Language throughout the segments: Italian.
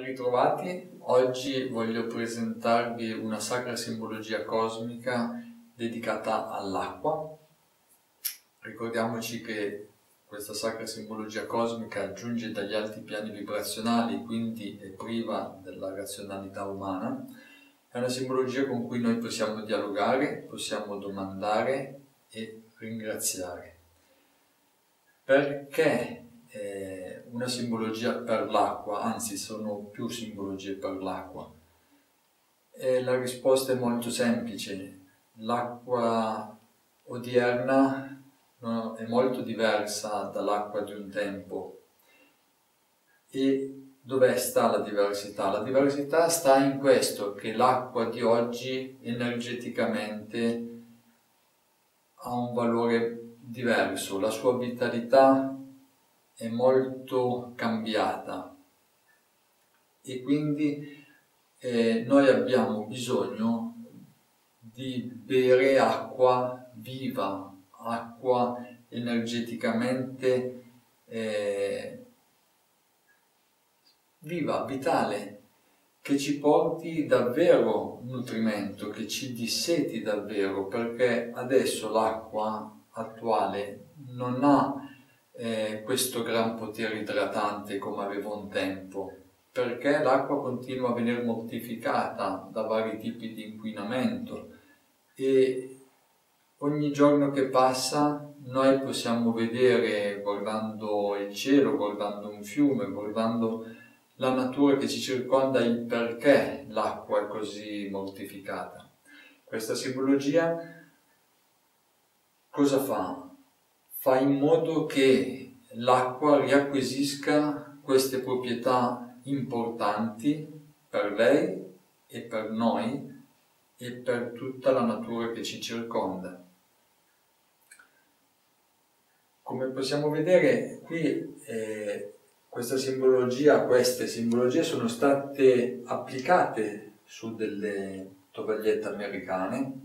ritrovati, oggi voglio presentarvi una sacra simbologia cosmica dedicata all'acqua. Ricordiamoci che questa sacra simbologia cosmica giunge dagli alti piani vibrazionali, quindi è priva della razionalità umana. È una simbologia con cui noi possiamo dialogare, possiamo domandare e ringraziare. Perché una simbologia per l'acqua, anzi sono più simbologie per l'acqua? La risposta è molto semplice. L'acqua odierna è molto diversa dall'acqua di un tempo. E dov'è sta la diversità? La diversità sta in questo, che l'acqua di oggi energeticamente ha un valore diverso, la sua vitalità è molto cambiata e quindi noi abbiamo bisogno di bere acqua viva, acqua energeticamente viva, vitale, che ci porti davvero nutrimento, che ci disseti davvero, perché adesso l'acqua attuale non ha questo gran potere idratante come aveva un tempo, perché l'acqua continua a venire mortificata da vari tipi di inquinamento e ogni giorno che passa noi possiamo vedere, guardando il cielo, guardando un fiume, guardando la natura che ci circonda, il perché l'acqua è così mortificata. Questa simbologia cosa fa? Fa in modo che l'acqua riacquisisca queste proprietà importanti per lei e per noi e per tutta la natura che ci circonda. Come possiamo vedere qui, queste simbologie sono state applicate su delle tovagliette americane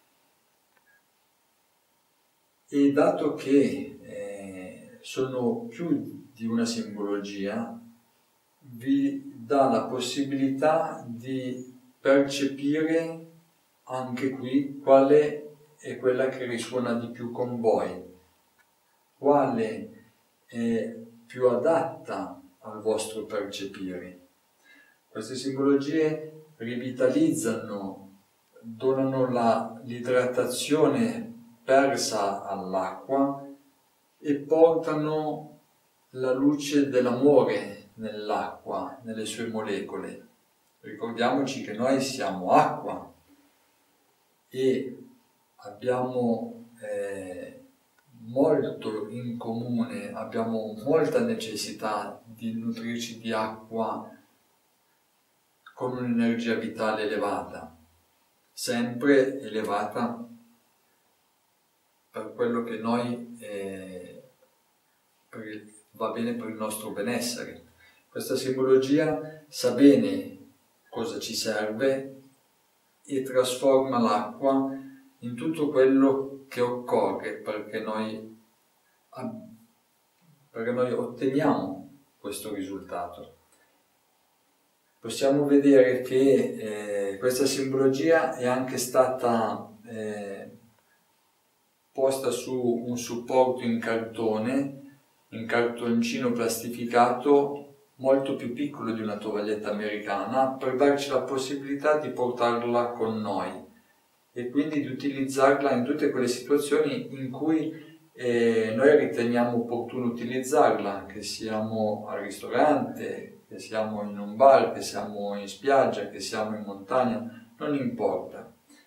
e dato che sono più di una simbologia, vi dà la possibilità di percepire anche qui quale è quella che risuona di più con voi, quale è più adatta al vostro percepire. Queste simbologie rivitalizzano, donano l'idratazione persa all'acqua e portano la luce dell'amore nell'acqua, nelle sue molecole. Ricordiamoci che noi siamo acqua e abbiamo molto in comune, abbiamo molta necessità di nutrirci di acqua con un'energia vitale elevata, sempre elevata per quello che noi va bene per il nostro benessere. Questa simbologia sa bene cosa ci serve e trasforma l'acqua in tutto quello che occorre perché noi otteniamo questo risultato. Possiamo vedere che questa simbologia è anche stata posta su un supporto in cartoncino plastificato molto più piccolo di una tovaglietta americana, per darci la possibilità di portarla con noi e quindi di utilizzarla in tutte quelle situazioni in cui noi riteniamo opportuno utilizzarla, che siamo al ristorante, che siamo in un bar, che siamo in spiaggia, che siamo in montagna, non importa.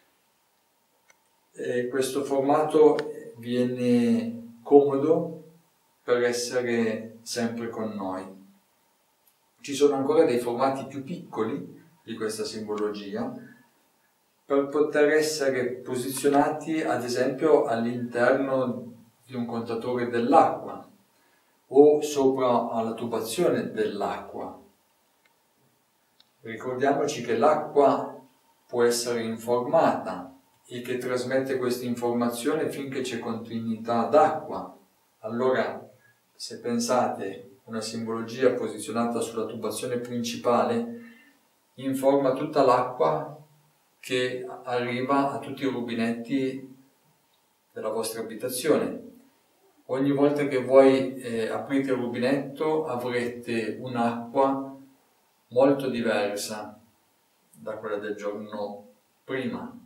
Questo formato viene comodo per essere sempre con noi. Ci sono ancora dei formati più piccoli di questa simbologia per poter essere posizionati ad esempio all'interno di un contatore dell'acqua o sopra alla tubazione dell'acqua. Ricordiamoci che l'acqua può essere informata e che trasmette questa informazione finché c'è continuità d'acqua. Allora, se pensate una simbologia posizionata sulla tubazione principale, informa tutta l'acqua che arriva a tutti i rubinetti della vostra abitazione. Ogni volta che voi aprite il rubinetto avrete un'acqua molto diversa da quella del giorno prima.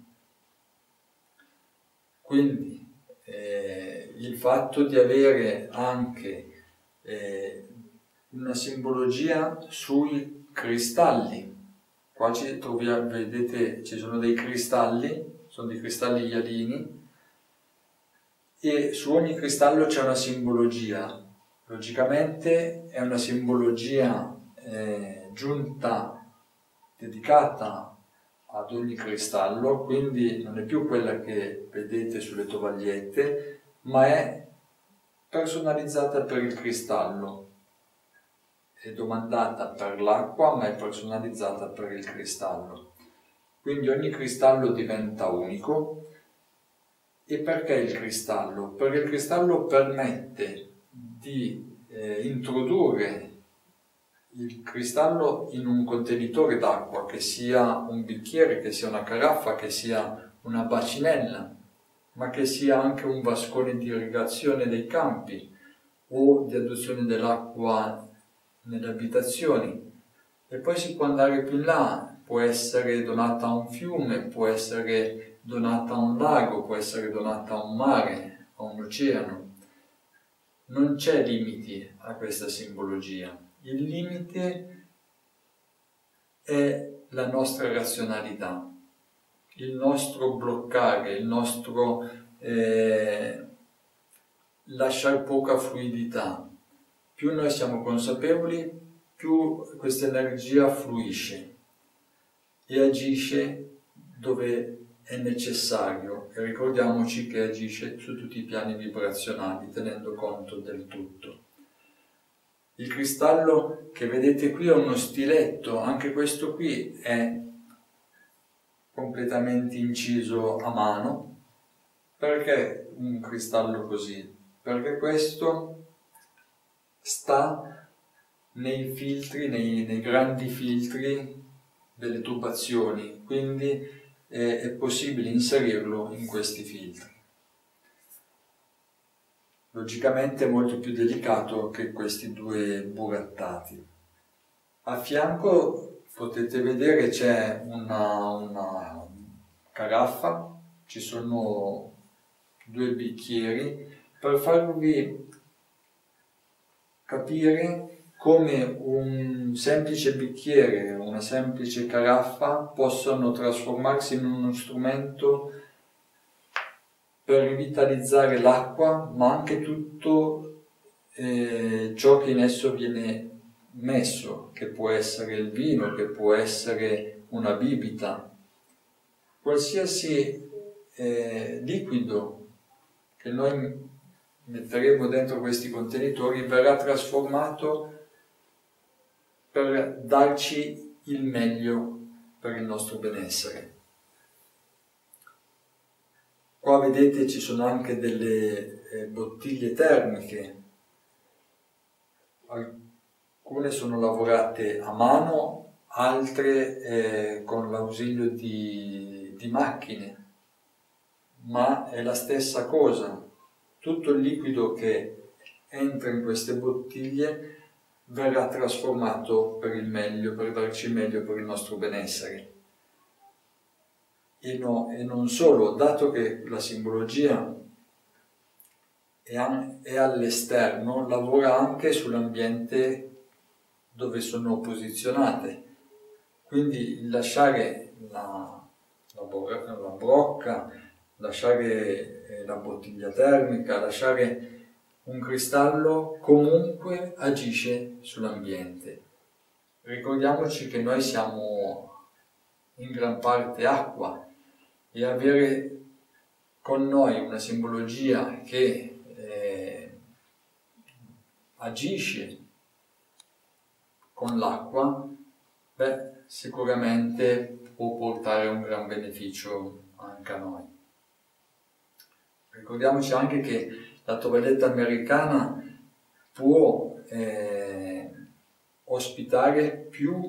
Quindi il fatto di avere anche una simbologia sui cristalli. Qua vedete, ci sono dei cristalli, sono dei cristalli ialini, e su ogni cristallo c'è una simbologia. Logicamente è una simbologia giunta, dedicata ad ogni cristallo, quindi non è più quella che vedete sulle tovagliette, ma è personalizzata per il cristallo. È domandata per l'acqua, ma è personalizzata per il cristallo. Quindi ogni cristallo diventa unico. E perché il cristallo? Perché il cristallo permette di introdurre il cristallo in un contenitore d'acqua, che sia un bicchiere, che sia una caraffa, che sia una bacinella, ma che sia anche un vascone di irrigazione dei campi o di adduzione dell'acqua nelle abitazioni. E poi si può andare più in là, può essere donata a un fiume, può essere donata a un lago, può essere donata a un mare, a un oceano. Non c'è limiti a questa simbologia. Il limite è la nostra razionalità, il nostro bloccare, il nostro lasciare poca fluidità. Più noi siamo consapevoli, più questa energia fluisce e agisce dove è necessario, e ricordiamoci che agisce su tutti i piani vibrazionali, tenendo conto del tutto. Il cristallo che vedete qui è uno stiletto, anche questo qui è completamente inciso a mano. Perché un cristallo così? Perché questo sta nei filtri, nei grandi filtri delle tubazioni, quindi è possibile inserirlo in questi filtri. Logicamente è molto più delicato che questi due burattati. A fianco potete vedere c'è una caraffa, ci sono due bicchieri, per farvi capire come un semplice bicchiere o una semplice caraffa possono trasformarsi in uno strumento per rivitalizzare l'acqua, ma anche tutto ciò che in esso viene messo, che può essere il vino, che può essere una bibita, qualsiasi liquido che noi metteremo dentro questi contenitori verrà trasformato per darci il meglio per il nostro benessere. Qua vedete ci sono anche delle bottiglie termiche, alcune sono lavorate a mano, altre con l'ausilio di macchine, ma è la stessa cosa. Tutto il liquido che entra in queste bottiglie verrà trasformato per il meglio, per darci il meglio per il nostro benessere. E non solo, dato che la simbologia è all'esterno, lavora anche sull'ambiente dove sono posizionate. Quindi lasciare la brocca, lasciare la bottiglia termica, lasciare un cristallo, comunque agisce sull'ambiente. Ricordiamoci che noi siamo in gran parte acqua, e avere con noi una simbologia che agisce con l'acqua, sicuramente può portare un gran beneficio anche a noi. Ricordiamoci anche che la tovaglietta americana può ospitare più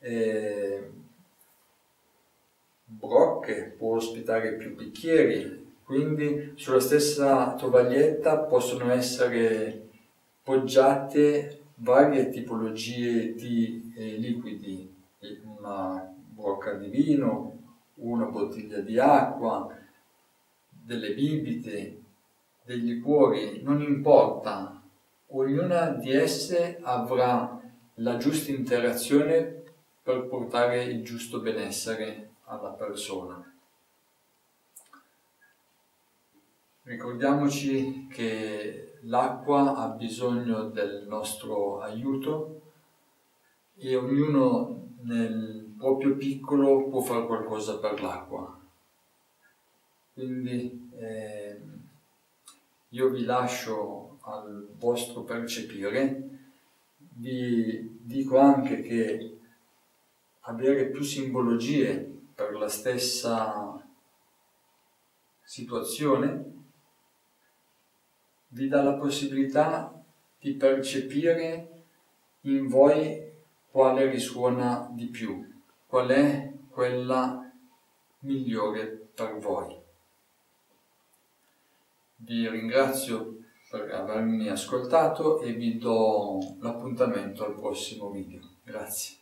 brocche, può ospitare più bicchieri, quindi sulla stessa tovaglietta possono essere poggiate varie tipologie di liquidi, una brocca di vino, una bottiglia di acqua, delle bibite, dei liquori, non importa, ognuna di esse avrà la giusta interazione per portare il giusto benessere alla persona. Ricordiamoci che l'acqua ha bisogno del nostro aiuto e ognuno nel proprio piccolo può fare qualcosa per l'acqua. Quindi io vi lascio al vostro percepire, vi dico anche che avere più simbologie per la stessa situazione vi dà la possibilità di percepire in voi quale risuona di più, qual è quella migliore per voi. Vi ringrazio per avermi ascoltato e vi do l'appuntamento al prossimo video. Grazie.